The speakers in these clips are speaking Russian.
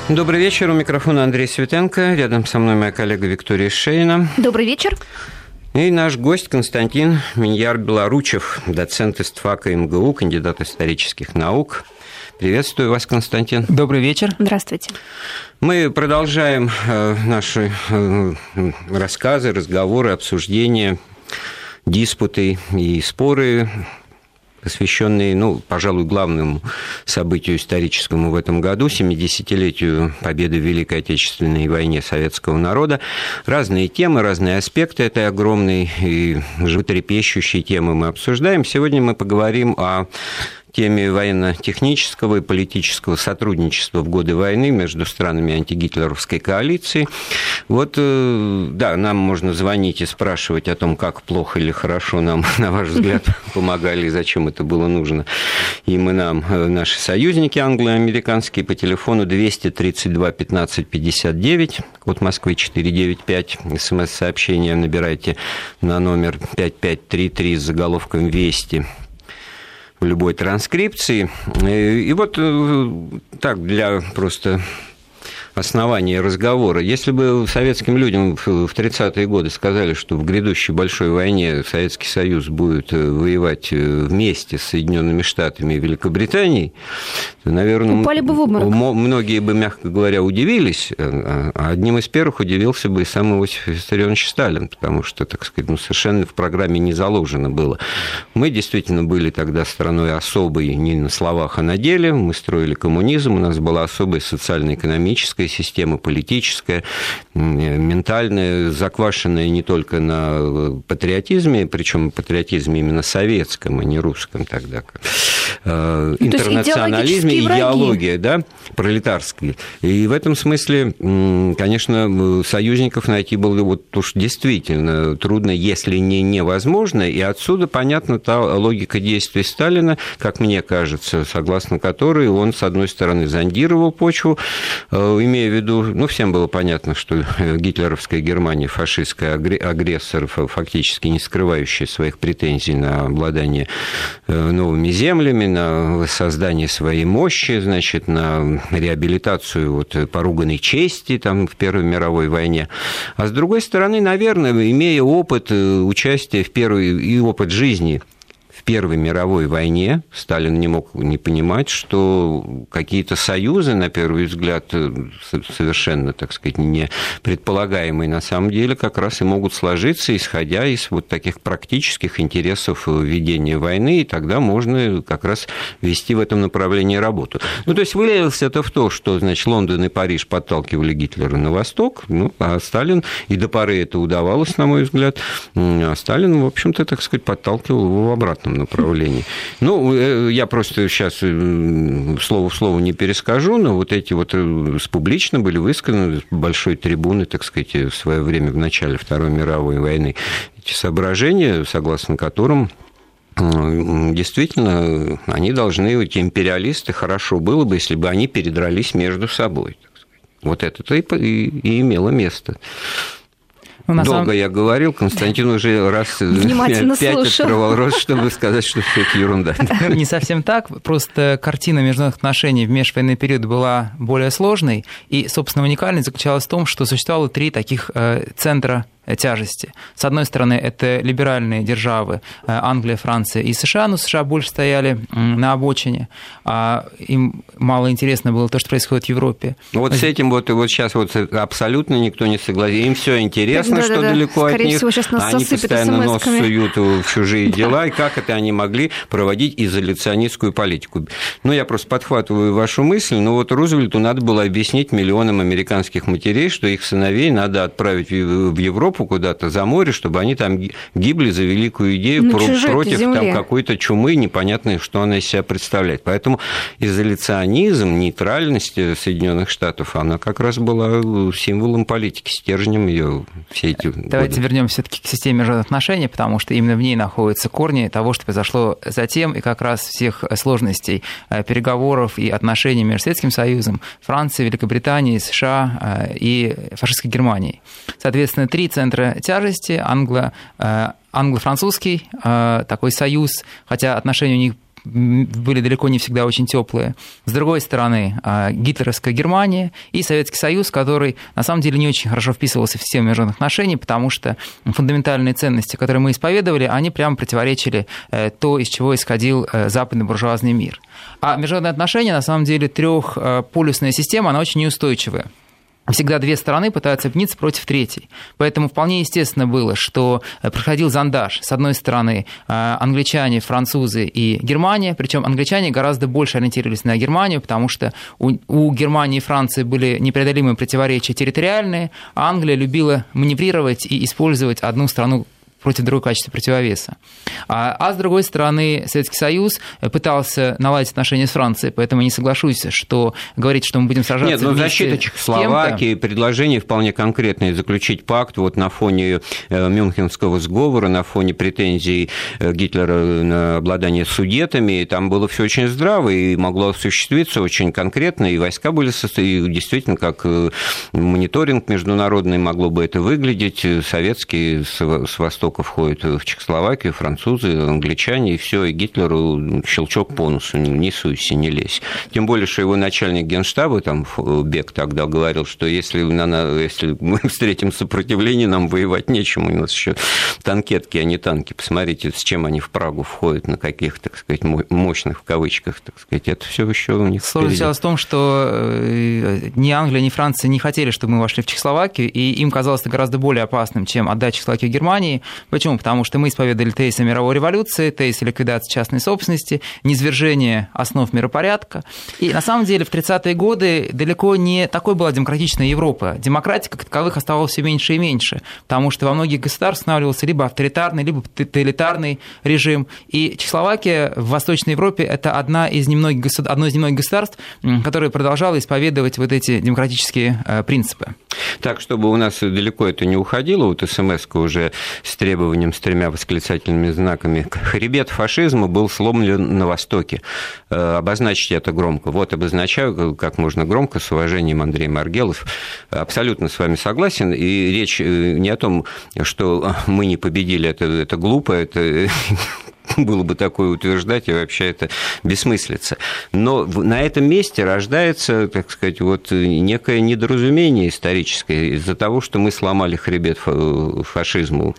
Добрый вечер. У микрофона Андрей Светенко. Рядом со мной моя коллега Виктория Шейна. Добрый вечер. И наш гость Константин Миньяр-Белоручев, доцент ИСТФАКа МГУ, кандидат исторических наук. Приветствую вас, Константин. Добрый вечер. Здравствуйте. Мы продолжаем наши рассказы, разговоры, обсуждения, диспуты и споры, посвященные, пожалуй, главному событию историческому в этом году, 70-летию победы в Великой Отечественной войне советского народа. Разные темы, разные аспекты этой огромной и животрепещущей темы мы обсуждаем. Сегодня мы поговорим о теме военно-технического и политического сотрудничества в годы войны между странами антигитлеровской коалиции. Нам можно звонить и спрашивать о том, как плохо или хорошо нам, на ваш взгляд, помогали и зачем это было нужно им и нам, наши союзники англо-американские, по телефону 232 15 59, код Москвы 495, СМС-сообщение набирайте на номер 5533 с заголовком «Вести» в любой транскрипции. И так, для просто основания разговора. Если бы советским людям в 30-е годы сказали, что в грядущей большой войне Советский Союз будет воевать вместе с Соединенными Штатами и Великобританией, то, наверное, упали бы в обморок. Многие бы, мягко говоря, удивились, а одним из первых удивился бы и сам Иосиф Виссарионович Сталин, потому что, так сказать, совершенно в программе не заложено было. Мы действительно были тогда страной особой не на словах, а на деле. Мы строили коммунизм, у нас была особая социально-экономическая система, политическая, ментальная, заквашенная не только на патриотизме, причем патриотизме именно советском, а не русском тогда, интернационализме, идеология, да, пролетарская. И в этом смысле, конечно, союзников найти было уж действительно трудно, если не невозможно, и отсюда понятна та логика действий Сталина, как мне кажется, согласно которой он, с одной стороны, зондировал почву, имея в виду, всем было понятно, что гитлеровская Германия, фашистская, агрессор, фактически не скрывающий своих претензий на обладание новыми землями, на создание своей мощи, значит, на реабилитацию поруганной чести там, в Первой мировой войне. А с другой стороны, наверное, имея опыт участия в первой и опыт жизни в Первой мировой войне, Сталин не мог не понимать, что какие-то союзы, на первый взгляд, совершенно, так сказать, не предполагаемые на самом деле, как раз и могут сложиться, исходя из таких практических интересов ведения войны, и тогда можно как раз вести в этом направлении работу. То есть вылилось это в то, что, значит, Лондон и Париж подталкивали Гитлера на восток, а Сталин, и до поры это удавалось, на мой взгляд, а Сталин, в общем-то, так сказать, подталкивал его в обратном направлении. Я просто сейчас слово в слово не перескажу, но эти публично были высказаны с большой трибуны, так сказать, в свое время, в начале Второй мировой войны, эти соображения, согласно которым действительно они должны, эти империалисты, хорошо было бы, если бы они передрались между собой. Так сказать. Это и имело место. Долго я говорил, Константин уже раз 5 открывал рот, чтобы сказать, что все это ерунда. Не совсем так, просто картина международных отношений в межвоенный период была более сложной, и, собственно, уникальность заключалась в том, что существовало 3 таких центра тяжести. С одной стороны, это либеральные державы Англия, Франция и США, но США больше стояли на обочине, а им мало интересно было то, что происходит в Европе. С этим сейчас абсолютно никто не согласен. Им все интересно, что далеко от них, они постоянно нос суют в чужие дела, и как это они могли проводить изоляционистскую политику. Я просто подхватываю вашу мысль, но Рузвельту надо было объяснить миллионам американских матерей, что их сыновей надо отправить в Европу куда-то за море, чтобы они там гибли за великую идею против какой-то чумы, непонятной, что она из себя представляет. Поэтому изоляционизм, нейтральность Соединенных Штатов, она как раз была символом политики, стержнем ее все эти годы. Давайте вернемся все-таки к системе международных отношений, потому что именно в ней находятся корни того, что произошло затем, и как раз всех сложностей переговоров и отношений между Советским Союзом, Францией, Великобританией, США и фашистской Германией. Соответственно, 3 центра тяжести: англо-французский такой союз, хотя отношения у них были далеко не всегда очень теплые. С другой стороны, гитлеровская Германия и Советский Союз, который на самом деле не очень хорошо вписывался в систему международных отношений, потому что фундаментальные ценности, которые мы исповедовали, они прямо противоречили то, из чего исходил западный буржуазный мир. А международные отношения, на самом деле, трехполюсная система, она очень неустойчивая. Всегда две стороны пытаются объединиться против третьей. Поэтому вполне естественно было, что проходил зондаж. С одной стороны, англичане, французы и Германия. Причем англичане гораздо больше ориентировались на Германию, потому что у Германии и Франции были непреодолимые противоречия территориальные, а Англия любила маневрировать и использовать одну страну против другой в качестве противовеса. А с другой стороны, Советский Союз пытался наладить отношения с Францией, поэтому не соглашусь, что говорить, что мы будем сражаться вместе. Нет, но защита Чехословакии, предложение вполне конкретное заключить пакт вот на фоне Мюнхенского сговора, на фоне претензий Гитлера на обладание Судетами, там было все очень здраво и могло осуществиться очень конкретно, и войска были и действительно как мониторинг международный могло бы это выглядеть, советские с востока входят в Чехословакию, французы, англичане, и все, и Гитлеру щелчок по носу, не суйся, не лезь. Тем более, что его начальник генштаба, там, Бек тогда говорил, что если мы встретим сопротивление, нам воевать нечем, у нас еще танкетки, а не танки. Посмотрите, с чем они в Прагу входят, на каких, так сказать, мощных, в кавычках, так сказать, это все еще у них впереди. Сложно в том, что ни Англия, ни Франция не хотели, чтобы мы вошли в Чехословакию, и им казалось это гораздо более опасным, чем отдать Чехословакию Германии. Почему? Потому что мы исповедовали тезис мировой революции, тезис ликвидации частной собственности, низвержение основ миропорядка. И на самом деле в 30-е годы далеко не такой была демократичная Европа. Демократии как таковых оставалось все меньше и меньше, потому что во многих государствах устанавливался либо авторитарный, либо тоталитарный режим. И Чехословакия в Восточной Европе – это одно из немногих государств, которое продолжало исповедовать вот эти демократические принципы. Так, чтобы у нас далеко это не уходило, вот СМС-ка уже с требованием, с 3 восклицательными знаками. Хребет фашизма был сломлен на Востоке. Обозначьте это громко. Вот обозначаю, как можно громко, с уважением, Андрей Маргелов. Абсолютно с вами согласен. И речь не о том, что мы не победили, это глупо, это... было бы такое утверждать, и вообще это бессмыслица. Но на этом месте рождается, так сказать, вот некое недоразумение историческое из-за того, что мы сломали хребет фашизму,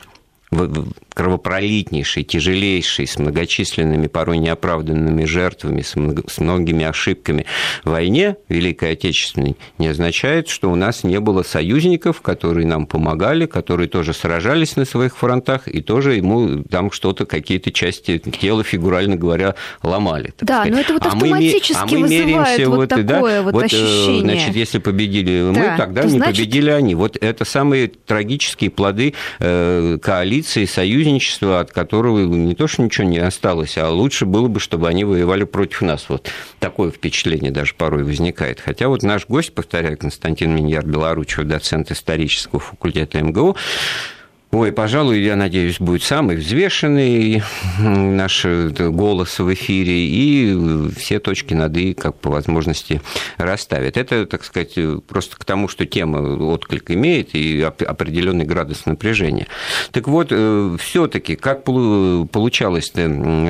кровопролитнейшей, тяжелейшей, с многочисленными, порой неоправданными жертвами, с многими ошибками войне Великой Отечественной, не означает, что у нас не было союзников, которые нам помогали, которые тоже сражались на своих фронтах и тоже ему там что-то, какие-то части тела, фигурально говоря, ломали. Да, сказать. Но это вот автоматически вызывает вот такое вот ощущение. Значит, если победили мы, тогда не победили они. Вот это самые трагические плоды коалиции, союзничества, от которого не то, что ничего не осталось, а лучше было бы, чтобы они воевали против нас. Вот такое впечатление даже порой возникает. Хотя вот наш гость, повторяю, Константин Миньяр-Белоручев, доцент исторического факультета МГУ, пожалуй, я надеюсь, будет самый взвешенный наш голос в эфире, и все точки над «и», как по возможности, расставит. Это, так сказать, просто к тому, что тема отклик имеет и определенный градус напряжения. Так вот, все-таки как получалось-то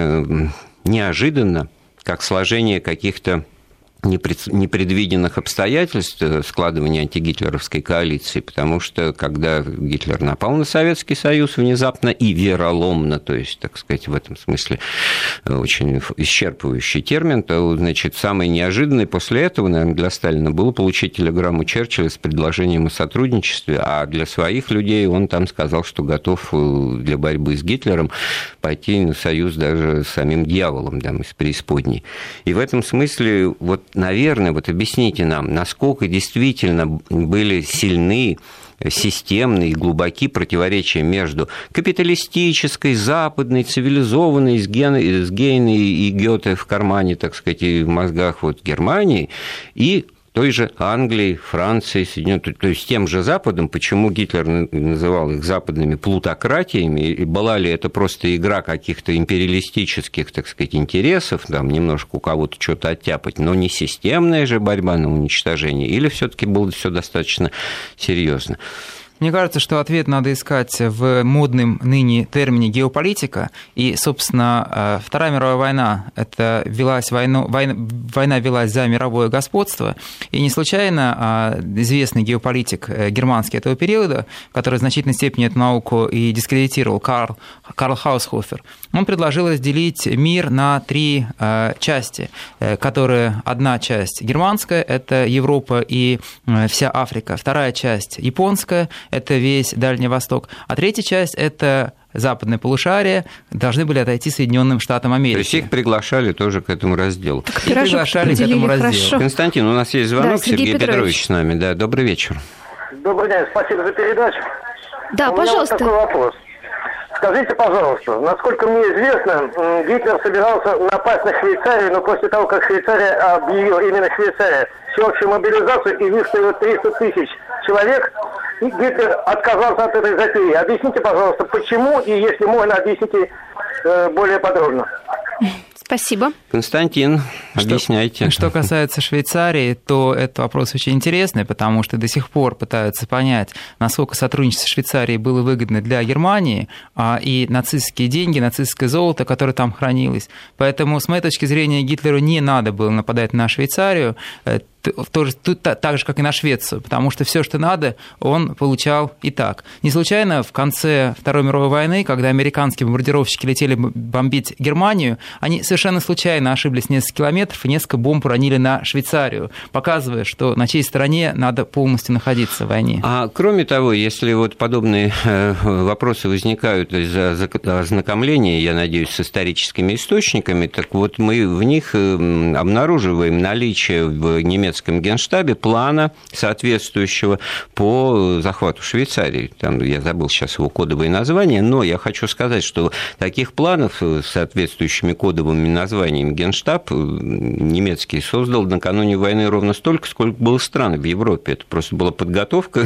неожиданно, как сложение каких-то непредвиденных обстоятельств складывания антигитлеровской коалиции, потому что, когда Гитлер напал на Советский Союз внезапно и вероломно, то есть, так сказать, в этом смысле очень исчерпывающий термин, то, значит, самое неожиданное после этого, наверное, для Сталина было получить телеграмму Черчилля с предложением о сотрудничестве, а для своих людей он там сказал, что готов для борьбы с Гитлером пойти на союз даже с самим дьяволом, там, из преисподней. И в этом смысле, вот, наверное, вот объясните нам, насколько действительно были сильны, системные и глубокие противоречия между капиталистической, западной, цивилизованной, с Гейне и Гёте в кармане, так сказать, и в мозгах вот Германии, и той же Англии, Франции, то есть тем же Западом, почему Гитлер называл их западными плутократиями, и была ли это просто игра каких-то империалистических, так сказать, интересов, там немножко у кого-то что-то оттяпать, но не системная же борьба на уничтожение, или все-таки было все достаточно серьезно? Мне кажется, что ответ надо искать в модном ныне термине геополитика. И, собственно, Вторая мировая война, война велась за мировое господство. И не случайно известный геополитик германский этого периода, который в значительной степени эту науку и дискредитировал, Карл Хаусхофер, он предложил разделить мир на 3 части, которые одна часть германская, это Европа и вся Африка, вторая часть японская, это весь Дальний Восток, а третья часть – это западное полушарие, должны были отойти Соединенным Штатам Америки. То есть их приглашали тоже к этому разделу. Их приглашали к этому разделу. Константин, у нас есть звонок, да, Сергей Петрович с нами. Да, добрый вечер. Добрый день, спасибо за передачу. Да, пожалуйста. У меня вот такой вопрос. Скажите, пожалуйста, насколько мне известно, Гитлер собирался напасть на Швейцарию, но после того, как Швейцария объявила, именно Швейцария, всеобщую мобилизацию и выставила 300 тысяч человек, Гитлер отказался от этой затеи. Объясните, пожалуйста, почему, и если можно, объясните более подробно. Спасибо. Константин, объясняйте. Что касается Швейцарии, то этот вопрос очень интересный, потому что до сих пор пытаются понять, насколько сотрудничество с Швейцарией было выгодно для Германии, и нацистские деньги, нацистское золото, которое там хранилось. Поэтому, с моей точки зрения, Гитлеру не надо было нападать на Швейцарию, так же, как и на Швецию, потому что все, что надо, он получал и так. Не случайно в конце Второй мировой войны, когда американские бомбардировщики летели бомбить Германию, они совершенно случайно ошиблись несколько километров и несколько бомб уронили на Швейцарию, показывая, что на чьей стороне надо полностью находиться в войне. А кроме того, если вот подобные вопросы возникают из-за ознакомления, я надеюсь, с историческими источниками, так вот мы в них обнаруживаем наличие в немецком Генштабе плана соответствующего по захвату Швейцарии. Там, я забыл сейчас его кодовые названия, но я хочу сказать, что таких планов с соответствующими кодовыми названиями Генштаб немецкий создал накануне войны ровно столько, сколько было стран в Европе. Это просто была подготовка,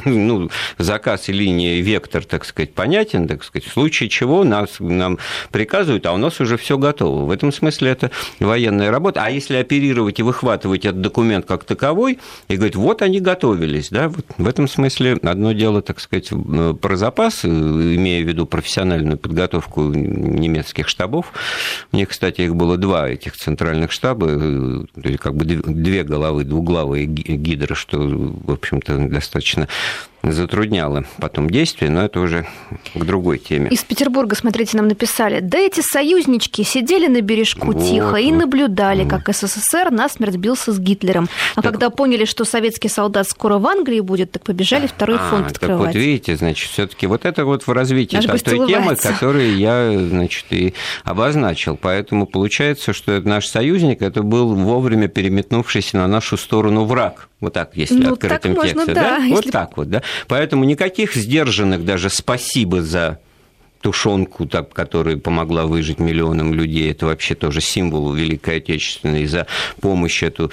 заказ и линия, вектор, так сказать, понятен, так сказать, в случае чего нам приказывают, а у нас уже все готово. В этом смысле это военная работа. А если оперировать и выхватывать этот документ как таковой и говорить, вот они готовились, да, вот в этом смысле одно дело, так сказать, про запас, имея в виду профессиональную подготовку немецких штабов. У них, кстати, их было 2 этих центральных штаба, как бы 2 головы, двуглавые гидры, что, в общем-то, достаточно затрудняло потом действие, но это уже к другой теме. Из Петербурга, смотрите, нам написали, да эти союзнички сидели на бережку тихо и наблюдали, как СССР насмерть бился с Гитлером. А когда поняли, что советский солдат скоро в Англии будет, так побежали второй фронт открывать. Так вот, видите, значит, все-таки вот это вот в развитии той темы, которую я, значит, и обозначил. Поэтому получается, что наш союзник, это был вовремя переметнувшийся на нашу сторону враг. Вот так, если открытым текстом. Да? Вот так вот, да. Поэтому никаких сдержанных даже «спасибо за тушенку, которая помогла выжить миллионам людей, это вообще тоже символ Великой Отечественной, за помощь эту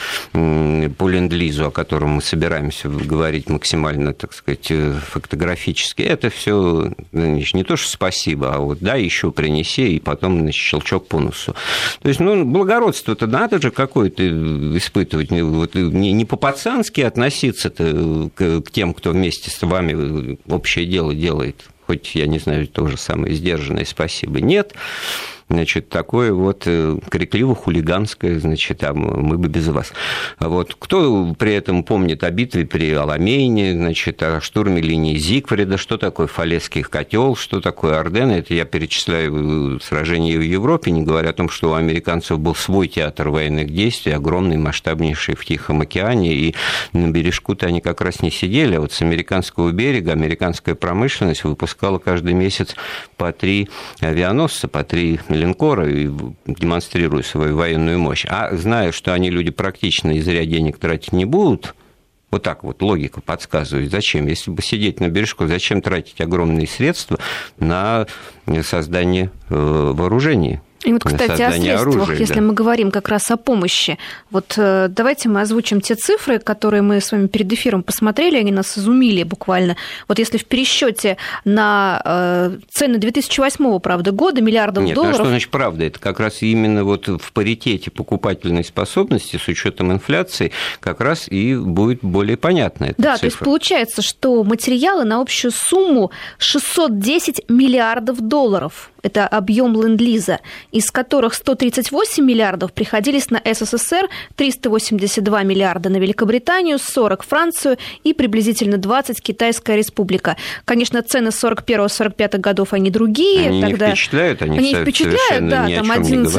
по ленд-лизу, о котором мы собираемся говорить максимально, так сказать, фактографически. Это все не то, что спасибо, а вот да, еще принеси, и потом, значит, щелчок по носу. То есть, благородство-то надо же какое-то испытывать, вот, не по-пацански относиться-то к тем, кто вместе с вами общее дело делает. Хоть, я не знаю, то же самое сдержанное спасибо. Нет, значит, такое вот крикливо-хулиганское, значит, мы бы без вас. Вот. Кто при этом помнит о битве при Аламейне, значит, о штурме линии Зигфрида, что такое Фалесский котел, что такое Ордены, это я перечисляю сражения в Европе, не говоря о том, что у американцев был свой театр военных действий, огромный, масштабнейший в Тихом океане, и на бережку-то они как раз не сидели, а вот с американского берега американская промышленность выпускала каждый месяц по 3 авианосца, по 3 линкора, демонстрируя свою военную мощь. А зная, что они люди практичные и зря денег тратить не будут, вот так вот логика подсказывает, зачем? Если бы сидеть на бережку, зачем тратить огромные средства на создание вооружений? И вот, кстати, о средствах, оружия, если мы говорим как раз о помощи. Вот давайте мы озвучим те цифры, которые мы с вами перед эфиром посмотрели, они нас изумили буквально. Вот если в пересчете на цены 2008, правда, года, миллиардов долларов... Нет, что значит правда? Это как раз именно вот в паритете покупательной способности с учетом инфляции как раз и будет более понятна эта цифра. То есть получается, что материалы на общую сумму 610 миллиардов долларов. Это объем ленд-лиза, из которых 138 миллиардов приходились на СССР, 382 миллиарда на Великобританию, 40 Францию и приблизительно 20 Китайская республика. Конечно, цены 41-45 годов, они другие. Они не впечатляют, они впечатляют, да, там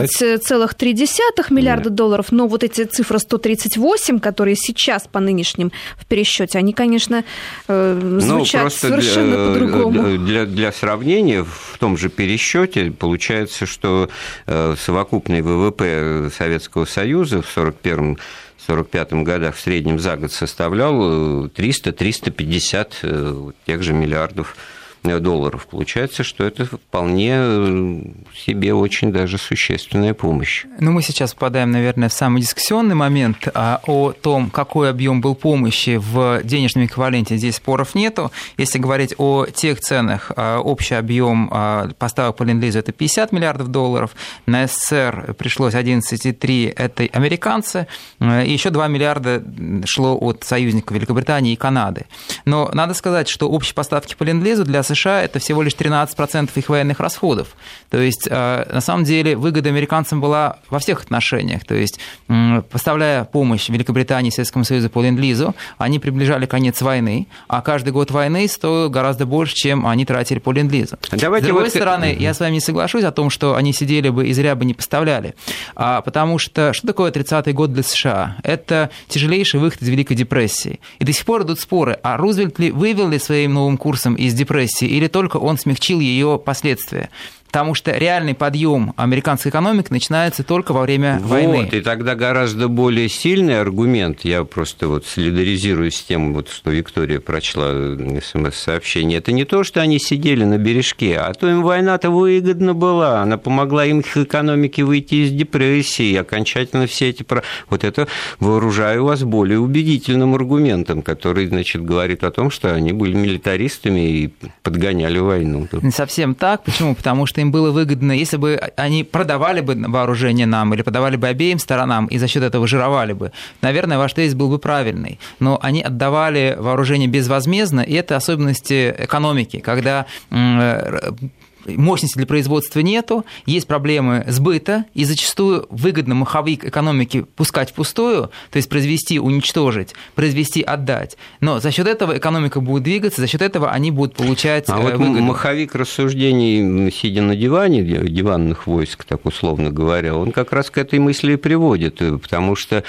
11,3 миллиарда долларов, но вот эти цифры 138, которые сейчас по нынешним в пересчете, они, конечно, звучат совершенно по-другому. Для сравнения, в том же пересчете получается, что совокупный ВВП Советского Союза в 1941-1945 годах в среднем за год составлял 300-350 тех же миллиардов долларов. Получается, что это вполне себе очень даже существенная помощь. Ну, мы сейчас попадаем, наверное, в самый дискуссионный момент о том, какой объем был помощи в денежном эквиваленте. Здесь споров нету. Если говорить о тех ценах, общий объем поставок по ленд-лизу – это 50 миллиардов долларов. На СССР пришлось 11,3 – это американцы. И еще 2 миллиарда шло от союзников Великобритании и Канады. Но надо сказать, что общие поставки по ленд-лизу для США – это всего лишь 13% их военных расходов. То есть, на самом деле, выгода американцам была во всех отношениях. То есть, поставляя помощь Великобритании и Советскому Союзу по ленд-лизу, они приближали конец войны, а каждый год войны стоил гораздо больше, чем они тратили по ленд-лизу. С другой стороны, я с вами не соглашусь о том, что они сидели бы и зря бы не поставляли. Потому что такое 30-й год для США? Это тяжелейший выход из Великой депрессии. И до сих пор идут споры, а Рузвельт ли вывел ли своим новым курсом из депрессии, или только он смягчил ее последствия. Потому что реальный подъем американской экономики начинается только во время войны. И тогда гораздо более сильный аргумент, я просто солидаризируюсь с тем, что Виктория прочла СМС-сообщение, это не то, что они сидели на бережке, а то им война-то выгодна была, она помогла им, их экономике, выйти из депрессии, и окончательно все эти... Вот это вооружаю вас более убедительным аргументом, который, говорит о том, что они были милитаристами и подгоняли войну. Не совсем так. Почему? Потому что им было выгодно, если бы они продавали бы вооружение нам или продавали бы обеим сторонам и за счет этого жировали бы, наверное, ваш тезис был бы правильный. Но они отдавали вооружение безвозмездно, и это особенности экономики, когда мощности для производства нету, есть проблемы сбыта, и зачастую выгодно маховик экономики пускать впустую, то есть произвести, уничтожить, произвести, отдать. Но за счет этого экономика будет двигаться, за счет этого они будут получать выгоду. Маховик рассуждений, сидя на диване, диванных войск, так условно говоря, он как раз к этой мысли и приводит, потому что,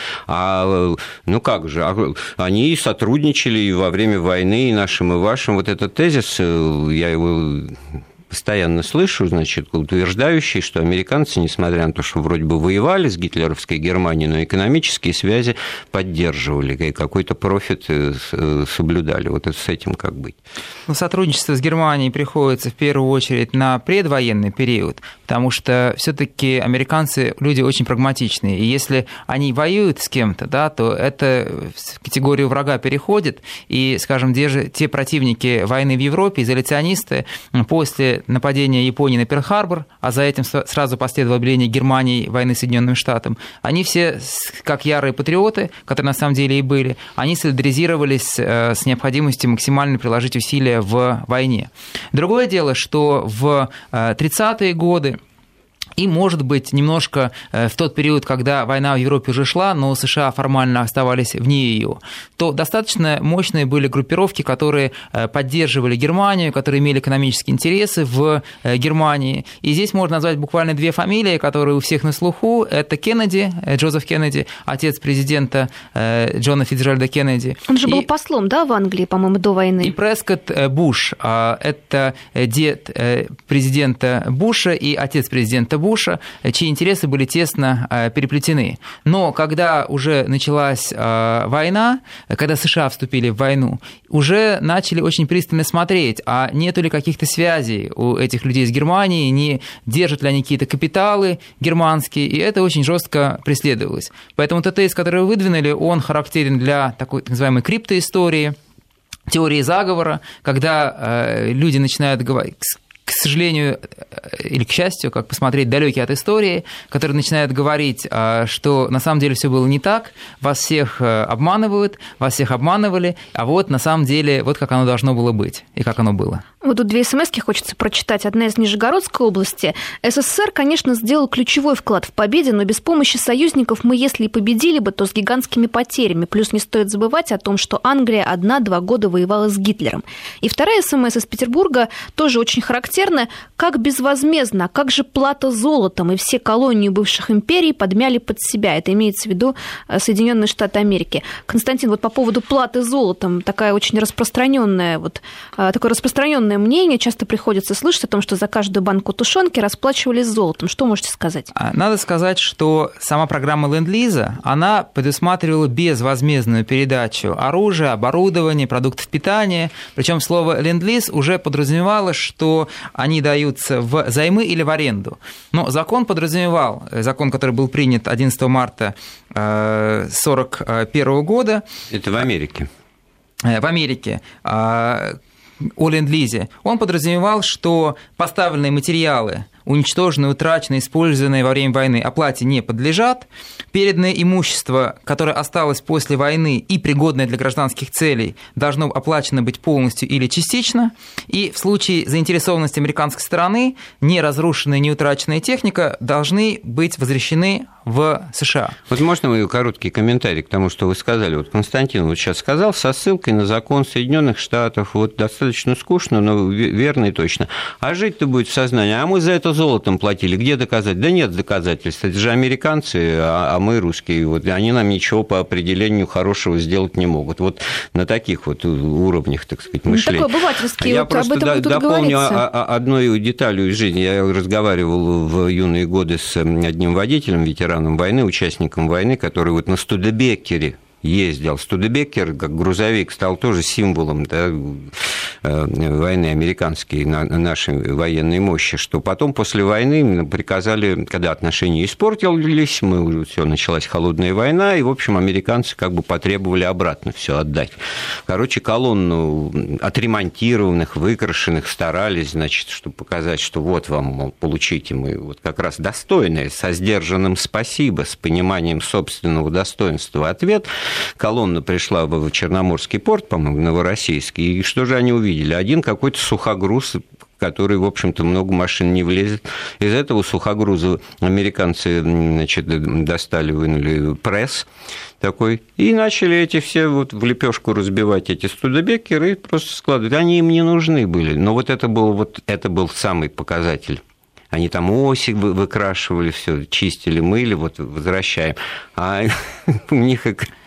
они сотрудничали и во время войны, и нашим, и вашим. Вот этот тезис, я его постоянно слышу, утверждающий, что американцы, несмотря на то, что вроде бы воевали с гитлеровской Германией, но экономические связи поддерживали, и какой-то профит соблюдали. Вот это с этим как быть? Сотрудничество с Германией приходится в первую очередь на предвоенный период, потому что все-таки американцы люди очень прагматичные, и если они воюют с кем-то, то это в категорию врага переходит, и, скажем, те противники войны в Европе, изоляционисты, после нападения Японии на Перл-Харбор, а за этим сразу последовало объявление Германии войны с Соединенным Штатом, они все, как ярые патриоты, которые на самом деле и были, они солидаризировались с необходимостью максимально приложить усилия в войне. Другое дело, что в 30-е годы и, может быть, немножко в тот период, когда война в Европе уже шла, но США формально оставались вне ее, то достаточно мощные были группировки, которые поддерживали Германию, которые имели экономические интересы в Германии. И здесь можно назвать буквально две фамилии, которые у всех на слуху. Это Кеннеди, Джозеф Кеннеди, отец президента Джона Фицджеральда Кеннеди. Он же был послом, в Англии, по-моему, до войны. И Прескотт Буш, это дед президента Буша и отец президента Буша, чьи интересы были тесно переплетены. Но когда уже началась война, когда США вступили в войну, уже начали очень пристально смотреть, а нету ли каких-то связей у этих людей с Германией, не держат ли они какие-то капиталы германские, и это очень жестко преследовалось. Поэтому тот тезис, который вы выдвинули, он характерен для такой так называемой криптоистории, теории заговора, когда люди начинают говорить, к сожалению или к счастью, как посмотреть, далекие от истории, которые начинают говорить, что на самом деле все было не так, вас всех обманывают, вас всех обманывали, а вот на самом деле вот как оно должно было быть и как оно было. Вот тут 2 смски хочется прочитать. Одна из Нижегородской области. СССР, конечно, сделал ключевой вклад в победе, но без помощи союзников мы, если и победили бы, то с гигантскими потерями. Плюс не стоит забывать о том, что Англия 1-2 года воевала с Гитлером. И вторая смс из Петербурга тоже очень характерная. Как безвозмездно, как же плата золотом, и все колонии бывших империй подмяли под себя. Это имеется в виду Соединенные Штаты Америки. Константин, вот по поводу платы золотом, такое распространенное мнение, часто приходится слышать о том, что за каждую банку тушенки расплачивались золотом. Что можете сказать? Надо сказать, что сама программа Ленд-Лиза, она предусматривала безвозмездную передачу оружия, оборудования, продуктов питания. Причем слово Ленд-Лиз уже подразумевало, что они даются в займы или в аренду. Но закон, который был принят 11 марта 1941 года. Это в Америке. В Америке. О Ленд-Лизе, он подразумевал, что поставленные материалы, уничтоженные, утраченные, использованные во время войны, оплате не подлежат. Переданное имущество, которое осталось после войны и пригодное для гражданских целей, должно оплачено быть полностью или частично. И в случае заинтересованности американской стороны неразрушенная, не утраченная техника должны быть возвращены в США. Вот можно мой короткий комментарий к тому, что вы сказали? Вот Константин вот сейчас сказал со ссылкой на закон Соединенных Штатов, вот достаточно скучно, но верно и точно. А жить-то будет в сознании, а мы за это золотом платили, где доказать? Да нет доказательств, это же американцы, а мы русские, вот, они нам ничего по определению хорошего сделать не могут. Вот на таких вот уровнях, так сказать, мышления. Такой обывательский, Я вот просто об этом дополню одной деталью из жизни. Я разговаривал в юные годы с одним водителем, ветераном войны, участником войны, который вот на Студебеккере ездил. Студебеккер, как грузовик, стал тоже символом, да, войны американской, нашей военной мощи, что потом после войны приказали, когда отношения испортились, все, началась холодная война, и, в общем, американцы как бы потребовали обратно все отдать. Короче, колонну отремонтированных, выкрашенных старались, значит, чтобы показать, что вот вам, мол, получите, мы вот как раз достойные, со сдержанным спасибо, с пониманием собственного достоинства ответ. Колонна пришла в Черноморский порт, по-моему, Новороссийский, и что же они увидели? Один какой-то сухогруз, который, в общем-то, много машин не влезет. Из этого сухогруза американцы, значит, достали, вынули пресс такой, и начали эти все вот в лепешку разбивать эти Студебеккеры и просто складывать. Они им не нужны были, но вот это был самый показатель. Они там оси выкрашивали, все чистили, мыли, вот возвращаем. А у них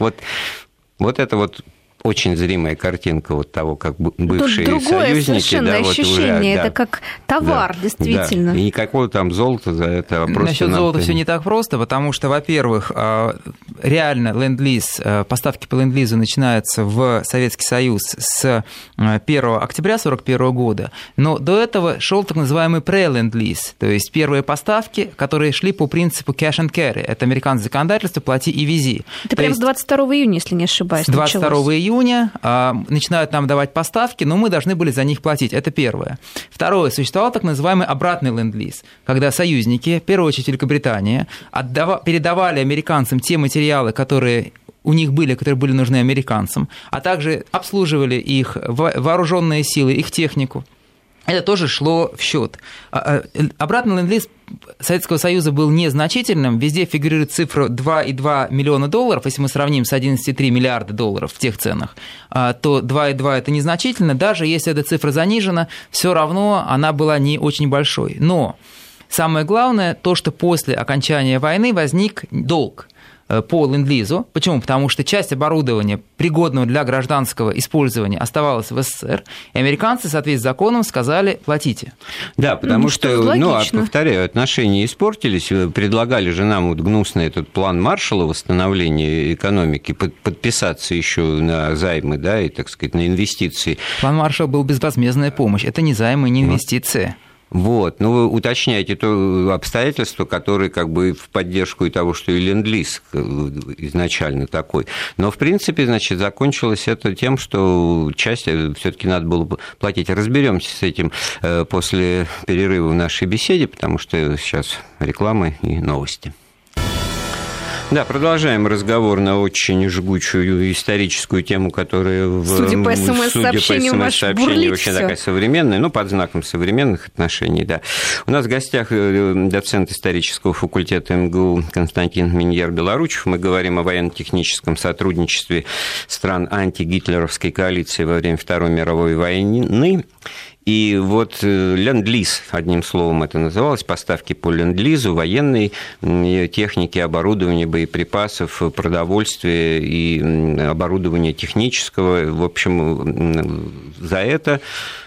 вот это вот очень зримая картинка вот того, как бывшие тут другое союзники. Совершенно да, ощущение, вот уже, это как товар, да, действительно. Да. И никакого там золота за это. А просто насчет золота все не так просто, потому что, во-первых, реально Ленд-Лиз, поставки по Ленд-Лизу начинаются в Советский Союз с 1 октября 1941 года, но до этого шел так называемый pre-Ленд-Лиз, то есть первые поставки, которые шли по принципу cash and carry. Это американское законодательство «плати и вези». Это прямо с 22 июня, если не ошибаюсь. С 22 июня начинают нам давать поставки, но мы должны были за них платить. Это первое. Второе. Существовал так называемый обратный ленд-лиз, когда союзники, в первую очередь Великобритания, передавали американцам те материалы, которые у них были, которые были нужны американцам, а также обслуживали их вооруженные силы, их технику. Это тоже шло в счет. Обратный ленд-лиз Советского Союза был незначительным. Везде фигурирует цифра $2,2 миллиона, если мы сравним с 11,3 миллиарда долларов в тех ценах, то 2,2 это незначительно. Даже если эта цифра занижена, все равно она была не очень большой. Но самое главное то, что после окончания войны возник долг. по ленд-лизу. Почему? Потому что часть оборудования, пригодного для гражданского использования, оставалась в СССР, и американцы, в соответствии с законом, сказали: платите. Да, потому повторяю, отношения испортились, предлагали же нам вот гнусный этот план Маршалла восстановления экономики подписаться еще на займы, да, и, так сказать, на инвестиции. План Маршалла был безвозмездная помощь, это не займы, не инвестиции. Вот, ну вы уточняете то обстоятельство, которое как бы в поддержку и того, что и ленд-лиз изначально такой. Но, в принципе, значит, закончилось это тем, что часть все-таки надо было платить. Разберемся с этим после перерыва в нашей беседе, потому что сейчас реклама и новости. Да, продолжаем разговор на очень жгучую историческую тему, которая судя по СМС-сообщениям вообще такая современная, ну, под знаком современных отношений, да. У нас в гостях доцент исторического факультета МГУ Константин Миньер-Белоручев. Мы говорим о военно-техническом сотрудничестве стран антигитлеровской коалиции во время Второй мировой войны. И вот ленд-лиз, одним словом это называлось, поставки по ленд-лизу, военной техники, оборудования, боеприпасов, продовольствия и оборудования технического. В общем, за это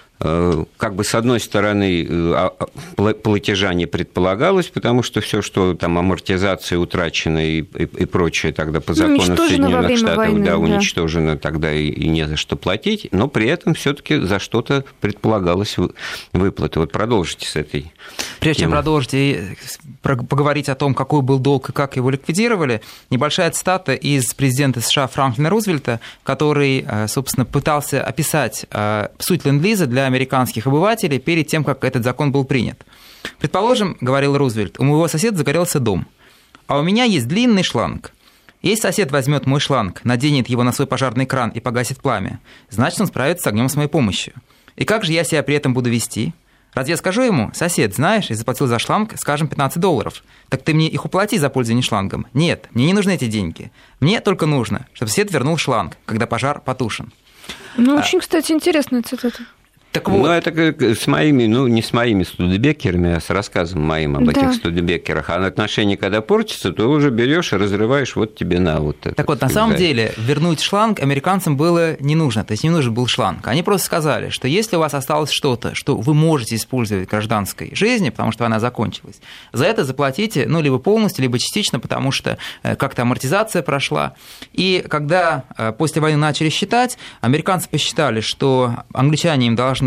как бы с одной стороны платежа не предполагалось, потому что все, что там амортизация утрачена и прочее тогда по закону Соединенных Штатов, войны, да, уничтожено тогда и не за что платить, но при этом все-таки за что-то предполагалось выплаты. Вот продолжите с этой. Прежде чем продолжить и поговорить о том, какой был долг и как его ликвидировали, небольшая цитата из президента США Франклина Рузвельта, который, собственно, пытался описать суть ленд-лиза для американских обывателей перед тем, как этот закон был принят. Предположим, говорил Рузвельт, у моего соседа загорелся дом, а у меня есть длинный шланг. Если сосед возьмет мой шланг, наденет его на свой пожарный кран и погасит пламя, значит, он справится с огнем с моей помощью. И как же я себя при этом буду вести? Разве я скажу ему: сосед, знаешь, я заплатил за шланг, скажем, $15, так ты мне их уплати за пользование шлангом? Нет, мне не нужны эти деньги. Мне только нужно, чтобы сосед вернул шланг, когда пожар потушен. Ну, очень, кстати, интересная цитата. Так вот. Ну, это с моими, ну, не с моими студебекерами, а с рассказом моим об этих студебекерах. А отношения, когда портятся, то уже берешь и разрываешь, вот тебе на вот это. Так вот, на самом деле, вернуть шланг американцам было не нужно, то есть не нужен был шланг. Они просто сказали, что если у вас осталось что-то, что вы можете использовать в гражданской жизни, потому что она закончилась, за это заплатите, ну, либо полностью, либо частично, потому что как-то амортизация прошла. И когда после войны начали считать, американцы посчитали, что англичане им должны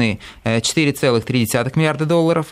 $4,3 миллиарда,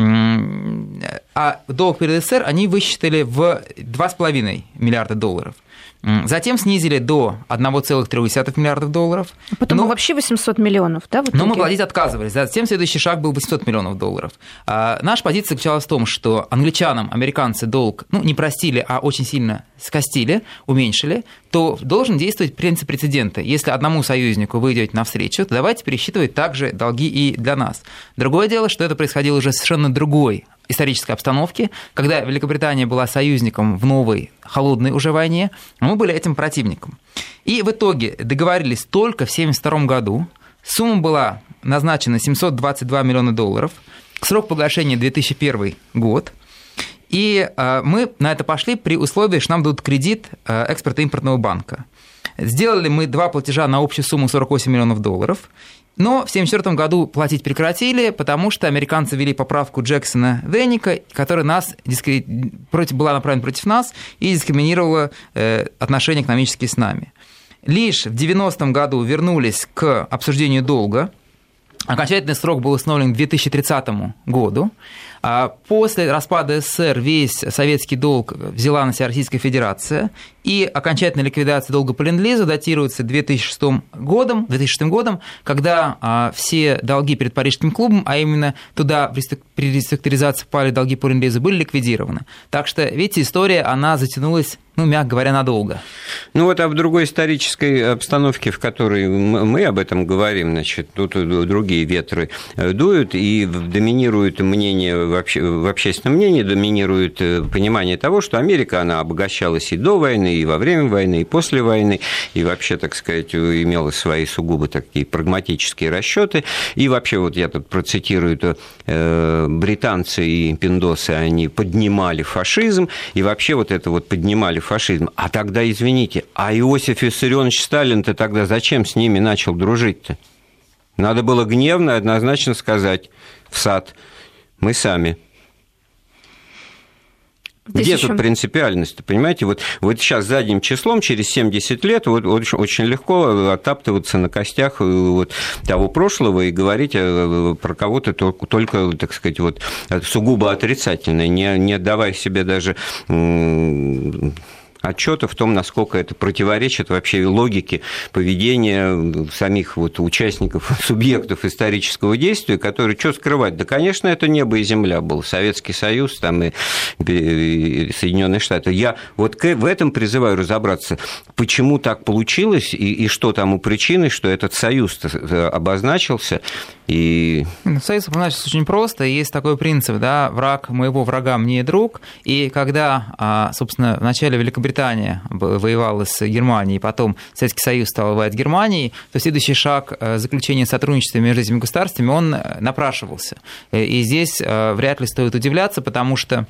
а долг перед СССР они высчитали в $2,5 миллиарда. Затем снизили до $1,3 миллиарда. А потом вообще 800 миллионов, да? Но мы платить отказывались. Затем следующий шаг был $800 миллионов. Наша позиция заключалась в том, что англичанам американцы долг, ну, не простили, а очень сильно скостили, уменьшили, то должен действовать принцип прецедента. Если одному союзнику вы идете навстречу, то давайте пересчитывать также долги и для нас. Другое дело, что это происходило уже в совершенно другой исторической обстановке, когда Великобритания была союзником в новой, холодной уже войне, а мы были этим противником. И в итоге договорились только в 1972 году. Сумма была назначена $722 миллиона, срок погашения 2001 год. И мы на это пошли при условии, что нам дадут кредит Экспортно-импортного банка. Сделали мы 2 платежа на общую сумму $48 миллионов, но в 1974 году платить прекратили, потому что американцы ввели поправку Джексона-Веника, которая была направлена против нас и дискриминировала отношения экономические с нами. Лишь в 1990 году вернулись к обсуждению долга. Окончательный срок был установлен к 2030 году. После распада СССР весь советский долг взяла на себя Российская Федерация, и окончательная ликвидация долга по ленд-лизу датируется 2006 годом, когда все долги перед Парижским клубом, а именно туда при реструктуризации попали долги по ленд-лизу, были ликвидированы. Так что, видите, история, она затянулась, ну, мягко говоря, надолго. Ну вот, а в другой исторической обстановке, в которой мы об этом говорим, значит, тут другие ветры дуют, и доминирует мнение в общественном мнении доминирует понимание того, что Америка, она обогащалась и до войны, и во время войны, и после войны, и вообще, так сказать, имела свои сугубо такие прагматические расчеты. И вообще, вот я тут процитирую, британцы и пиндосы, они поднимали фашизм, и вообще вот это вот поднимали фашизм. А тогда, извините, а Иосиф Виссарионович Сталин-то тогда зачем с ними начал дружить-то? Надо было гневно, однозначно сказать в САД: мы сами. Где тут принципиальность, понимаете? Вот сейчас задним числом, через 70 лет, очень легко оттаптываться на костях того прошлого и говорить про кого-то только, так сказать, сугубо отрицательное, не отдавая себе даже отчета в том, насколько это противоречит вообще логике поведения самих участников, субъектов исторического действия, которые, что скрывать? Да, конечно, это небо и земля был, Советский Союз там, и Соединенные Штаты. Я в этом призываю разобраться, почему так получилось и что тому причиной, что этот союз обозначился. Союз обозначился очень просто. Есть такой принцип, да, враг моего врага мне друг. И когда, собственно, в начале Великобритания воевала с Германией, потом Советский Союз стал воевать с Германией, то следующий шаг заключения сотрудничества между этими государствами, он напрашивался. И здесь вряд ли стоит удивляться, потому что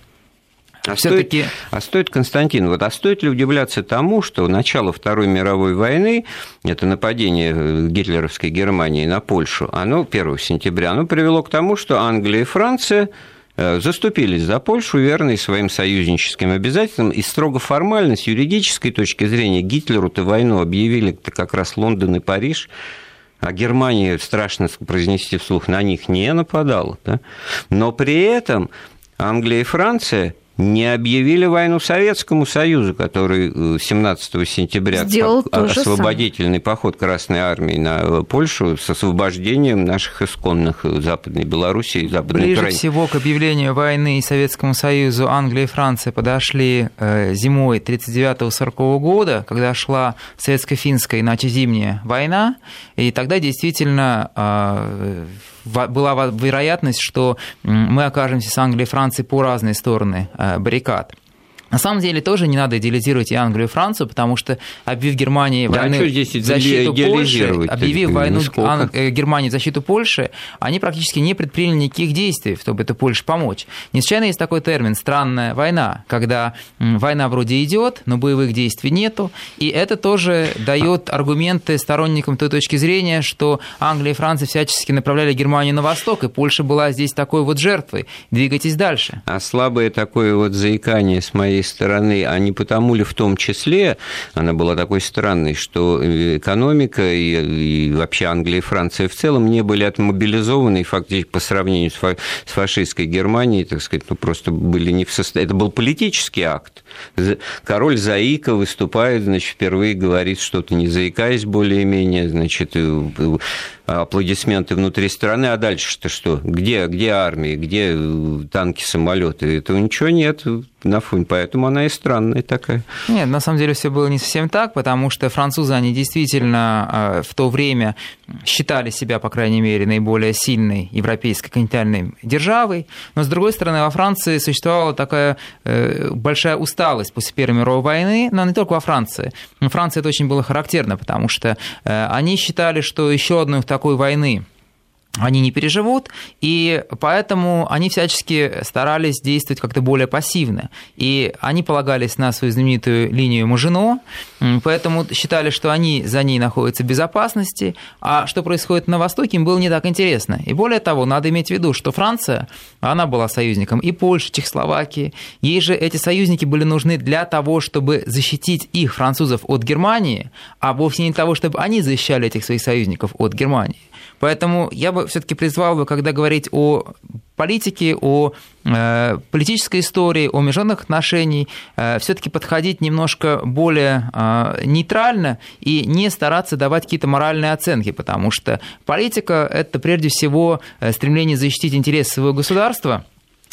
стоит, Константин, стоит ли удивляться тому, что начало Второй мировой войны, это нападение гитлеровской Германии на Польшу, оно 1 сентября, оно привело к тому, что Англия и Франция заступились за Польшу, верные своим союзническим обязательствам, и строго формально, с юридической точки зрения, Гитлеру-то войну объявили как раз Лондон и Париж, а Германия, страшно произнести вслух, на них не нападала. Да? Но при этом Англия и Франция не объявили войну Советскому Союзу, который 17 сентября сделал освободительный поход Красной Армии на Польшу с освобождением наших исконных Западной Белоруссии и Западной Украины. Ближе всего к объявлению войны Советскому Союзу Англия и Франция подошли зимой 1939-1940 года, когда шла советско-финская, иначе зимняя война, и тогда действительно была вероятность, что мы окажемся с Англией и Францией по разные стороны баррикад. На самом деле тоже не надо идеализировать и Англию, и Францию, потому что, объявив Германии войну в защиту Польши, объявив войну Германии в защиту Польши, они практически не предприняли никаких действий, чтобы этой Польше помочь. Не случайно есть такой термин «странная война», когда война вроде идет, но боевых действий нету, и это тоже дает аргументы сторонникам той точки зрения, что Англия и Франция всячески направляли Германию на восток, и Польша была здесь такой жертвой. Двигайтесь дальше. А слабое такое заикание с моей стороны, а не потому ли в том числе она была такой странной, что экономика и вообще Англия и Франция в целом не были отмобилизованы, и фактически по сравнению с фашистской Германией, так сказать, просто были не в состоянии. Это был политический акт. Король заика выступает, впервые говорит что-то, не заикаясь более-менее, аплодисменты внутри страны, а дальше-то что? Где армия, где танки, самолеты? Этого ничего нет на фоне, поэтому она и странная такая. Нет, на самом деле все было не совсем так, потому что французы, они действительно в то время считали себя, по крайней мере, наиболее сильной европейской континентальной державой, но, с другой стороны, во Франции существовала такая большая усталость после Первой мировой войны, но не только во Франции. В Франции это очень было характерно, потому что они считали, что еще одной такой войны они не переживут, и поэтому они всячески старались действовать как-то более пассивно. И они полагались на свою знаменитую линию Мажино, поэтому считали, что они за ней находятся в безопасности, а что происходит на Востоке, им было не так интересно. И более того, надо иметь в виду, что Франция, она была союзником и Польши, Чехословакии, ей же эти союзники были нужны для того, чтобы защитить их, французов, от Германии, а вовсе не для того, чтобы они защищали этих своих союзников от Германии. Поэтому я бы все-таки призвал, когда говорить о политике, о политической истории, о международных отношениях, все-таки подходить немножко более нейтрально и не стараться давать какие-то моральные оценки, потому что политика – это прежде всего стремление защитить интересы своего государства.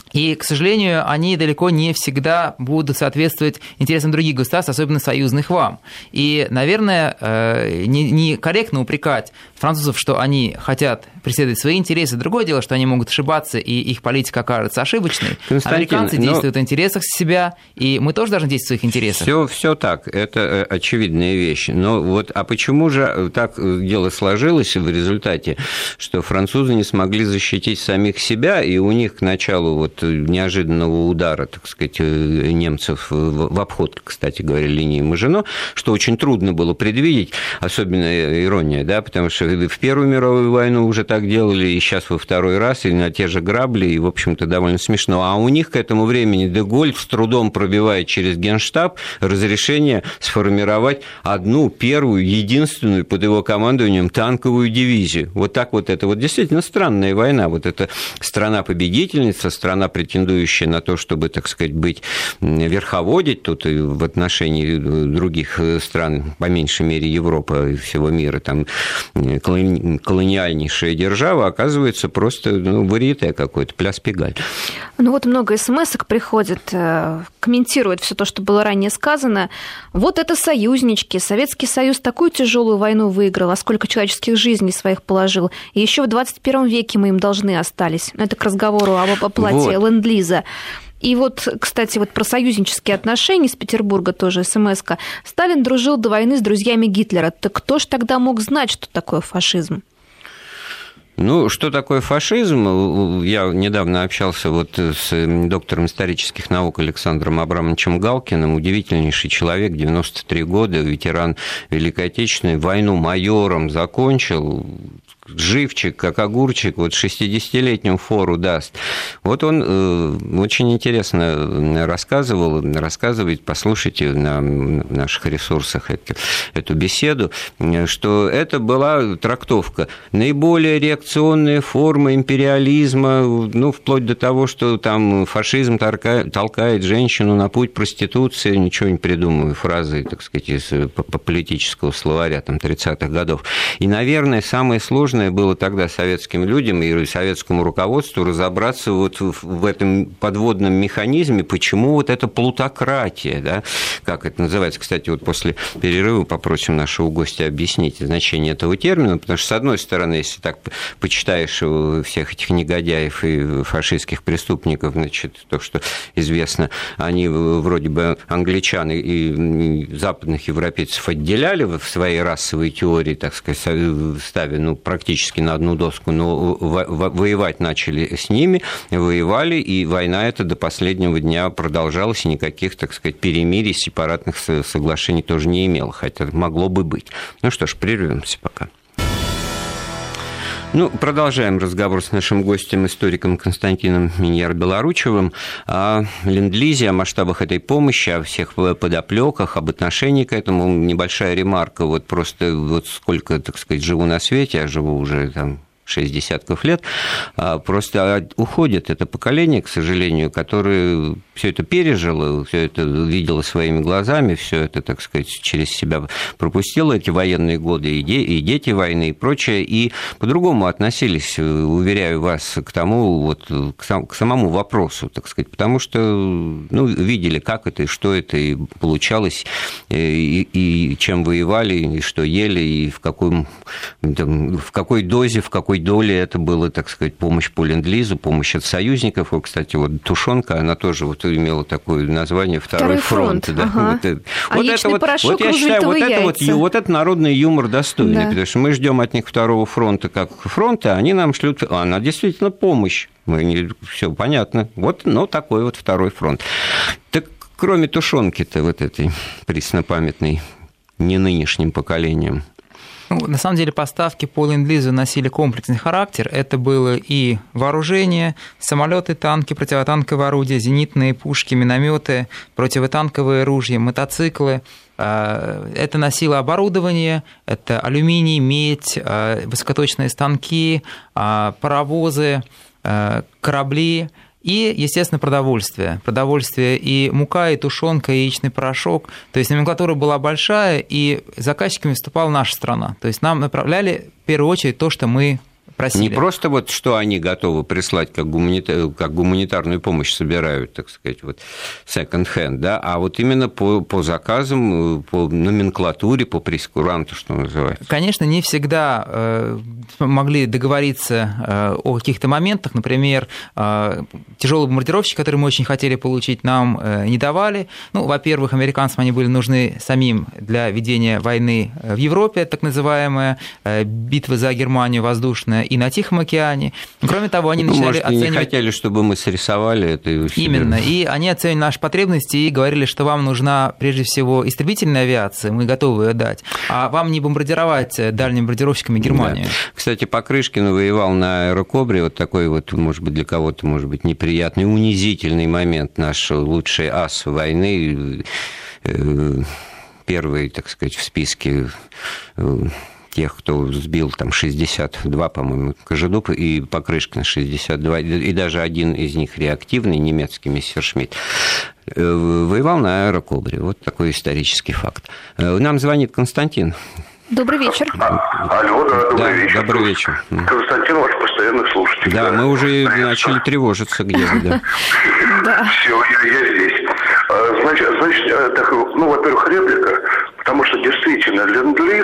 И, к сожалению, они далеко не всегда будут соответствовать интересам других государств, особенно союзных вам. И, наверное, некорректно упрекать французов, что они хотят преследовать свои интересы. Другое дело, что они могут ошибаться, и их политика окажется ошибочной. Американцы действуют в интересах себя, и мы тоже должны действовать в своих интересах. Все так, это очевидная вещь. Но вот, а почему же так дело сложилось в результате, что французы не смогли защитить самих себя, и у них к началу вот неожиданного удара, так сказать, немцев в обход, кстати говоря, линии Мажино, что очень трудно было предвидеть, особенно ирония, да, потому что в Первую мировую войну уже так делали, и сейчас во второй раз, и на те же грабли, и, в общем-то, довольно смешно. А у них к этому времени де-Голь с трудом пробивает через Генштаб разрешение сформировать одну, первую, единственную под его командованием танковую дивизию. Вот так вот это вот действительно странная война. Вот эта страна-победительница, страна, претендующая на то, чтобы, так сказать, быть верховодить тут и в отношении других стран, по меньшей мере, Европы и всего мира, там колониальнейшая держава, оказывается просто варьете какой-то, пляс-пегаль. Ну вот много смс-ок приходит, комментирует все то, что было ранее сказано. Вот это союзнички. Советский Союз такую тяжелую войну выиграл, а сколько человеческих жизней своих положил. И еще в 21 веке мы им должны остались. Это к разговору об оплате ленд-лиза. И вот, кстати, вот про союзнические отношения из Петербурга тоже смс-ка. Сталин дружил до войны с друзьями Гитлера. Так кто ж тогда мог знать, что такое фашизм? Ну, что такое фашизм? Я недавно общался вот с доктором исторических наук Александром Абрамовичем Галкиным, удивительнейший человек, 93 года, ветеран Великой Отечественной, войну майором закончил, живчик, как огурчик, вот 60-летнему фору даст. Вот он очень интересно рассказывает, послушайте на наших ресурсах эту беседу, что это была трактовка. Наиболее реакционная форма империализма, ну, вплоть до того, что там фашизм толкает женщину на путь проституции, ничего не придумываю, фразы, так сказать, из политического словаря там 30-х годов. И, наверное, самое сложное было тогда советским людям и советскому руководству разобраться вот в этом подводном механизме, почему вот эта плутократия, да, как это называется. Кстати, вот после перерыва попросим нашего гостя объяснить значение этого термина, потому что, с одной стороны, если так почитаешь всех этих негодяев и фашистских преступников, значит, то, что известно, они вроде бы англичан и западных европейцев отделяли в своей расовой теории, так сказать, ставя, практически на одну доску, но воевать начали с ними, воевали, и война эта до последнего дня продолжалась, и никаких, так сказать, перемирий, сепаратных соглашений тоже не имела, хотя могло бы быть. Ну что ж, прервемся пока. Продолжаем разговор с нашим гостем, историком Константином Миньяр-Белоручевым о ленд-лизе, о масштабах этой помощи, о всех подоплёках, об отношении к этому. Небольшая ремарка, вот просто вот сколько, так сказать, живу на свете, я живу уже там 6 десятков лет, просто уходит это поколение, к сожалению, которое все это пережило, все это видело своими глазами, все это, так сказать, через себя пропустило, эти военные годы, и дети войны, и прочее, и по-другому относились, уверяю вас, к тому, вот, к самому вопросу, так сказать, потому что, видели, как это, и что это, и получалось, и чем воевали, и что ели, и в какой дозе, в какой доли это было, так сказать, помощь по ленд-лизу, помощь от союзников. Вот, кстати, вот тушенка, она тоже вот имела такое название «Второй фронт». Да. Ага. Яичный порошок, я считаю, вот это народный юмор достойный, да. Потому что мы ждем от них Второго фронта как фронта, а они нам шлют, она действительно помощь. Все понятно. Вот, такой вот Второй фронт. Так кроме тушенки-то вот этой преснопамятной, не нынешним поколением, на самом деле поставки по ленд-лизу носили комплексный характер. Это было и вооружение, самолеты, танки, противотанковые орудия, зенитные пушки, минометы, противотанковые ружья, мотоциклы. Это носило оборудование, это алюминий, медь, высокоточные станки, паровозы, корабли. И, естественно, продовольствие. Продовольствие и мука, и тушенка, и яичный порошок. То есть номенклатура была большая, и заказчиками выступала наша страна. То есть нам направляли в первую очередь то, что мы просили. Не просто вот что они готовы прислать, как гуманитарную помощь собирают, так сказать, вот second-hand, да, а вот именно по заказам, по номенклатуре, по прейскуранту, что называется. Конечно, не всегда могли договориться о каких-то моментах. Например, тяжелые бомбардировщики, которые мы очень хотели получить, нам не давали. Ну, во-первых, американцам они были нужны самим для ведения войны в Европе, так называемая битва за Германию воздушная, и на Тихом океане. Кроме того, они начинали оценивать... не хотели, чтобы мы срисовали это. Именно. И они оценивали наши потребности и говорили, что вам нужна прежде всего истребительная авиация, мы готовы ее дать, а вам не бомбардировать дальними бомбардировщиками Германию. Да. Кстати, Покрышкин воевал на Аэрокобре, вот такой вот, может быть, для кого-то, может быть, неприятный, унизительный момент, наш лучший ас войны, первый, так сказать, в списке тех, кто сбил там 62, по-моему, Кожедуб и Покрышкин 62, и даже один из них реактивный, немецкий мессершмитт, воевал на Аэрокобре. Вот такой исторический факт. Нам звонит Константин. Добрый вечер. Алло, да, добрый вечер. Добрый вечер. Константин, ваш постоянный слушатель. Да, мы уже начали тревожиться где-то, да. Все, я здесь. Значит, так, во-первых, реплика, потому что действительно Ленд-лиз,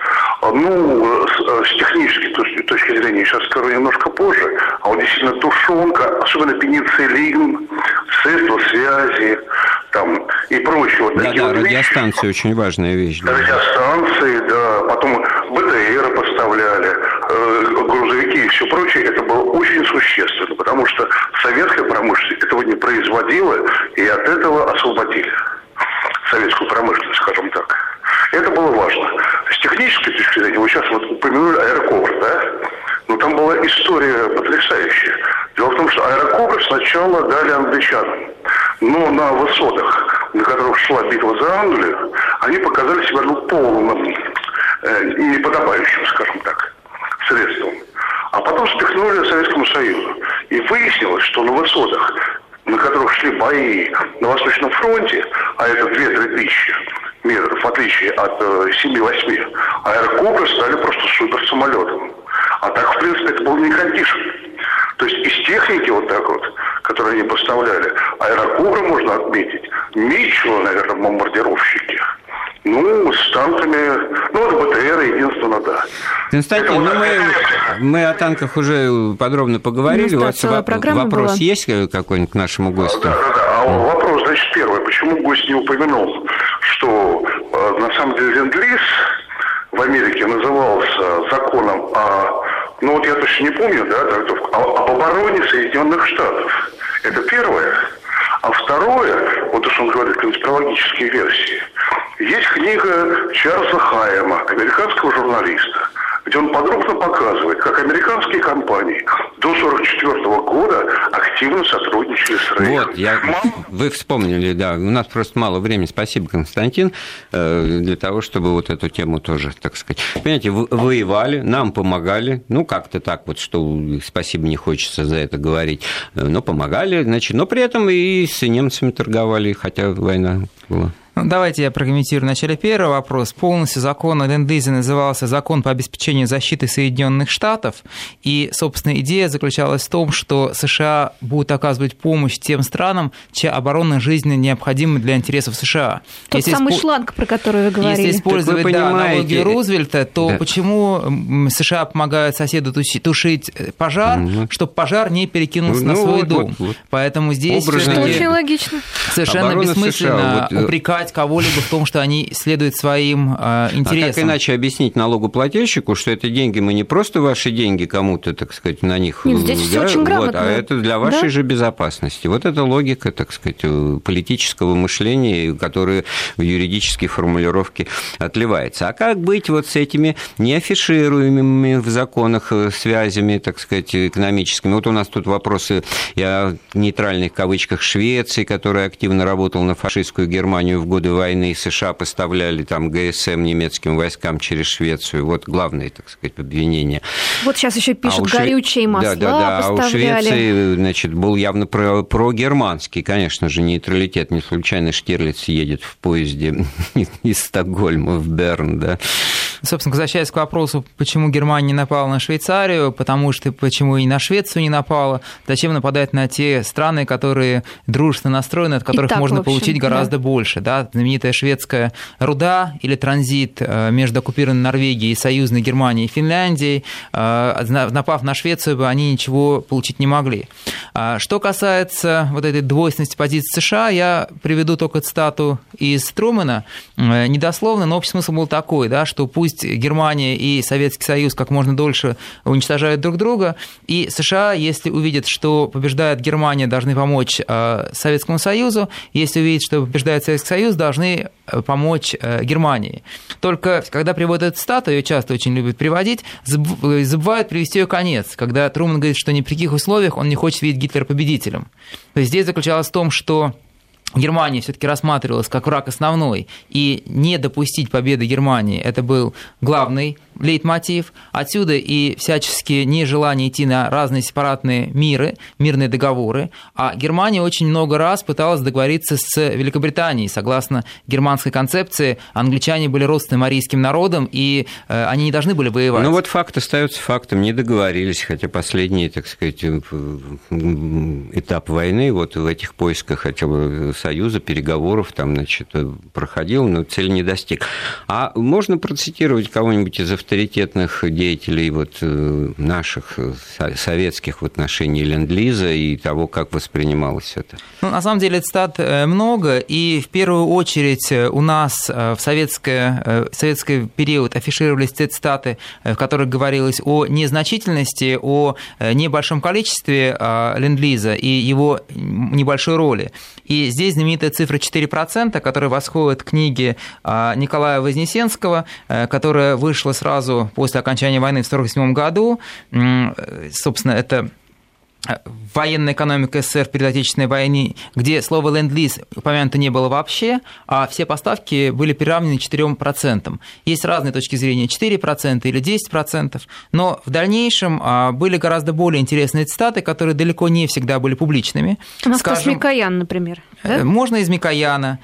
с технической точки зрения, сейчас скажу немножко позже, а вот действительно тушенка, особенно пенициллин, средства связи, там, и прочее. Да, радиостанции очень важная вещь. Да. Радиостанции, да, потом БТР поставляли, грузовики и все прочее, это было очень существенно, потому что советская промышленность этого не производила, и от этого освободили советскую промышленность, скажем так. Это было важно. С технической точки зрения, вы сейчас вот упомянули Аэрокобр, да? Но там была история потрясающая. Дело в том, что Аэрокобр сначала дали англичанам, но на высотах, на которых шла битва за Англию, они показали себя полным, неподобающим, скажем так, средством. А потом спихнули Советскому Союзу. И выяснилось, что на высотах, на которых шли бои на Восточном фронте, а это 2-3 тысячи метров, в отличие от 7-8, аэрокобры стали просто суперсамолетом. А так, в принципе, это был не кондишн. То есть из техники вот так вот, которую они поставляли, аэрокобры можно отметить, Митчелла, наверное, бомбардировщики. С танками, вот БТР, единственно, да. Константин, мы о танках уже подробно поговорили. У вас вопрос есть какой-нибудь к нашему гостю? Да. А вопрос, значит, первый. Почему гость не упомянул, что на самом деле Ленд-лиз в Америке назывался законом я точно не помню, да, об обороне Соединенных Штатов. Это первое. А второе, вот то, что он говорит, конспирологические версии. Есть книга Чарльза Хайема, американского журналиста, где он подробно показывает, как американские компании до 1944 года активно сотрудничали с Рейхом. Вы вспомнили, да. У нас просто мало времени. Спасибо, Константин, для того, чтобы вот эту тему тоже, так сказать. Понимаете, воевали, нам помогали. Как-то так вот, что спасибо не хочется за это говорить. Но помогали, значит, но при этом и с немцами торговали, хотя война была. Давайте я прокомментирую вначале первый вопрос. Полностью закон о Ленд-лизе назывался «Закон по обеспечению защиты Соединенных Штатов», и, собственно, идея заключалась в том, что США будут оказывать помощь тем странам, чья оборона жизненно необходима для интересов США. Тот самый шланг, про который вы говорили. Если использовать аналогию Рузвельта, то почему США помогают соседу тушить пожар, чтобы пожар не перекинулся на свой дом? Поэтому здесь очень логично. Совершенно бессмысленно упрекать кого-либо в том, что они следуют своим интересам. А как иначе объяснить налогоплательщику, что это деньги, мы не просто ваши деньги кому-то, так сказать, на них... Нет, здесь все очень грамотно. А это для вашей же безопасности. Вот это логика, так сказать, политического мышления, которая в юридической формулировке отливается. А как быть вот с этими неафишируемыми в законах связями, так сказать, экономическими? Вот у нас тут вопросы о нейтральных кавычках Швеции, которая активно работала на фашистскую Германию в годы войны, США поставляли там ГСМ немецким войскам через Швецию. Вот главное, так сказать, обвинение. Вот сейчас еще пишут, горючие масла поставляли. А у Швеции, значит, был явно прогерманский, конечно же, нейтралитет. Не случайно Штирлиц едет в поезде из Стокгольма в Берн, да. Собственно, возвращаясь к вопросу, почему Германия не напала на Швейцарию, потому что почему и на Швецию не напала, зачем нападать на те страны, которые дружественно настроены, от которых так, можно в общем, получить гораздо больше. Да? Знаменитая шведская руда или транзит между оккупированной Норвегией и союзной Германией и Финляндией, напав на Швецию, они ничего получить не могли. Что касается вот этой двойственности позиции США, я приведу только цитату из Трумэна, недословно, но общий смысл был такой, да, что пусть Германия и Советский Союз как можно дольше уничтожают друг друга, и США, если увидят, что побеждает Германия, должны помочь Советскому Союзу, если увидят, что побеждает Советский Союз, должны помочь Германии. Только когда приводят эту цитату, ее часто очень любят приводить, забывают привести ее конец, когда Трумэн говорит, что ни при каких условиях он не хочет видеть Гитлера победителем. То есть здесь заключалось в том, что Германия все-таки рассматривалась как враг основной, и не допустить победы Германии – это был главный лейтмотив. Отсюда и всячески нежелание идти на разные сепаратные мирные договоры. А Германия очень много раз пыталась договориться с Великобританией. Согласно германской концепции, англичане были родственным арийским народом, и они не должны были воевать. Ну вот факт остается фактом, не договорились, хотя последний, так сказать, этап войны вот в этих поисках этого союза, переговоров там, значит, проходил, но цели не достиг. А можно процитировать кого-нибудь из авторитетных деятелей вот наших советских в отношении Ленд-Лиза и того, как воспринималось это? Ну, на самом деле цитат много, и в первую очередь у нас в советский период афишировались те цитаты, в которых говорилось о незначительности, о небольшом количестве Ленд-Лиза и его небольшой роли. И здесь знаменитая цифра 4%, которая восходит к книге Николая Вознесенского, которая вышла сразу после окончания войны в 1947 году. Собственно, это военная экономика СССР в перед Отечественной войне, где слово «ленд-лиз» упомянуто не было вообще, а все поставки были приравнены 4%. Есть разные точки зрения, 4% или 10%, но в дальнейшем были гораздо более интересные цитаты, которые далеко не всегда были публичными. У нас Микоян, например. Да? Можно из Микояна.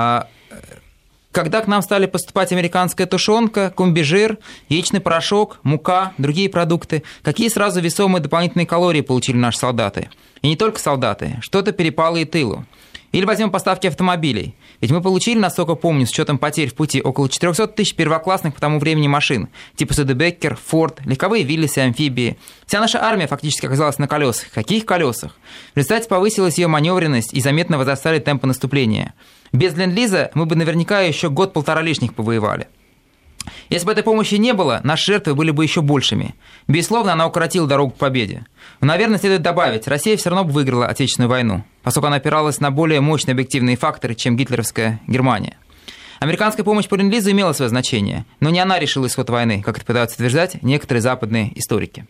Когда к нам стали поступать американская тушенка, комбижир, яичный порошок, мука, другие продукты, какие сразу весомые дополнительные калории получили наши солдаты? И не только солдаты, что-то перепало и тылу. Или возьмем поставки автомобилей. Ведь мы получили, насколько помню, с учетом потерь в пути около 400 тысяч первоклассных по тому времени машин, типа Студебеккер, Форд, легковые Виллисы, амфибии. Вся наша армия фактически оказалась на колесах. Каких колесах? В результате повысилась ее маневренность и заметно возрастали темпы наступления. Без Ленд-Лиза мы бы наверняка еще год-полтора лишних повоевали. Если бы этой помощи не было, наши жертвы были бы еще большими. Безусловно, она укоротила дорогу к победе. Но, наверное, следует добавить, Россия все равно бы выиграла Отечественную войну, поскольку она опиралась на более мощные объективные факторы, чем гитлеровская Германия. Американская помощь по Ленд-Лизу имела свое значение, но не она решила исход войны, как это пытаются утверждать некоторые западные историки.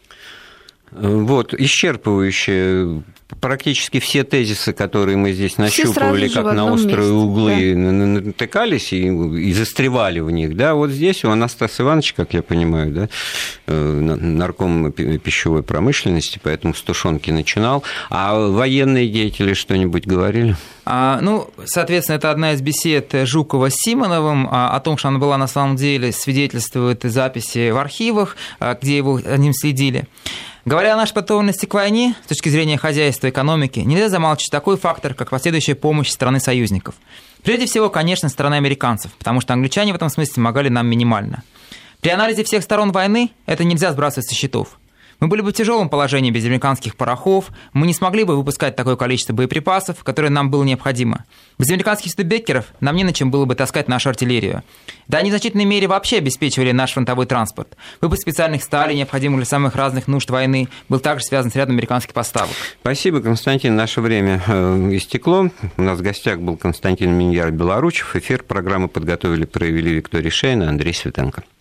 Вот, исчерпывающие практически все тезисы, которые мы здесь нащупывали, как на острые углы, да, натыкались и застревали в них. Да, вот здесь у Анастаса Ивановича, как я понимаю, да, нарком пищевой промышленности, поэтому с тушенки начинал. А военные деятели что-нибудь говорили? Ну, соответственно, это одна из бесед Жукова с Симоновым. О том, что она была на самом деле, свидетельствуют записи в архивах, где его о ним следили. Говоря о нашей подготовленности к войне, с точки зрения хозяйства и экономики, нельзя замалчивать такой фактор, как последующая помощь страны союзников. Прежде всего, конечно, стороны американцев, потому что англичане в этом смысле помогали нам минимально. При анализе всех сторон войны это нельзя сбрасывать со счетов. Мы были бы в тяжелом положении без американских порохов, мы не смогли бы выпускать такое количество боеприпасов, которое нам было необходимо. Без американских студебеккеров нам не на чем было бы таскать нашу артиллерию. Да, они в значительной мере вообще обеспечивали наш фронтовой транспорт. Выпуск специальных сталей, необходимых для самых разных нужд войны, был также связан с рядом американских поставок. Спасибо, Константин. Наше время истекло. У нас в гостях был Константин Миньяр-Белоручев. Эфир программы подготовили, провели Виктория Шейна, Андрей Светенко.